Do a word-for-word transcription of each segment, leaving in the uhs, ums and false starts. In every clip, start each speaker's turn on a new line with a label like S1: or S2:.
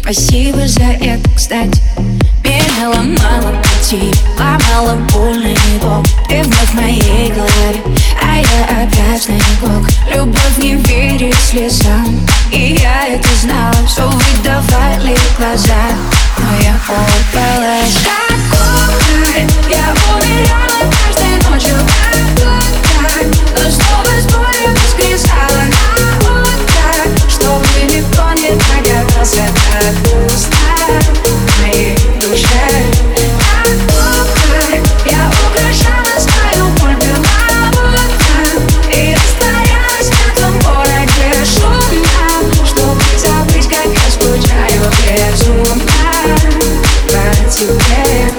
S1: Спасибо за это, кстати. Переломала пути, ломала больный бок. Ты вновь в моей голове, а я опять снегок. Любовь не верит слезам, и я это знала. Все выдавали глаза, но я улыбалась. Такое я уверяла каждой ночью, такое, но снова с болью воскресала на утро, чтобы никто не догадался, как грустно в моей душе. Такое я украшала свою боль беловодом и растворялась в этом городе шумно, чтобы забыть, как я скучаю безумно по тебе.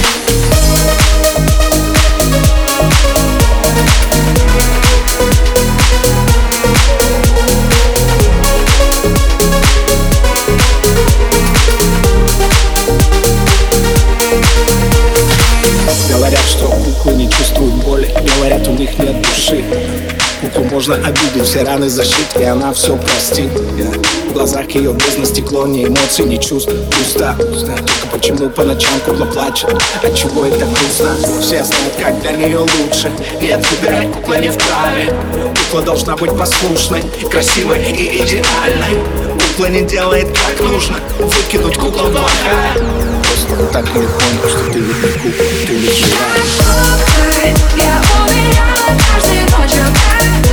S2: Говорят, что куклы не чувствуют боли, говорят, у них нет души. Куклу можно обидеть, все раны зашить, и она все простит. В глазах ее бездна стекло, ни эмоций, ни чувств. Пусто, только почему по ночам кукла плачет? Отчего это грустно? Все знают, как для нее лучше. Нет, выбирать кукла не вправе. Кукла должна быть послушной, красивой и идеальной. Кукла не делает как нужно, выкинуть куклу плохая. Просто так не понял, что ты ведь не кукла, ты ведь живая.
S1: Я уверяла каждой ночью,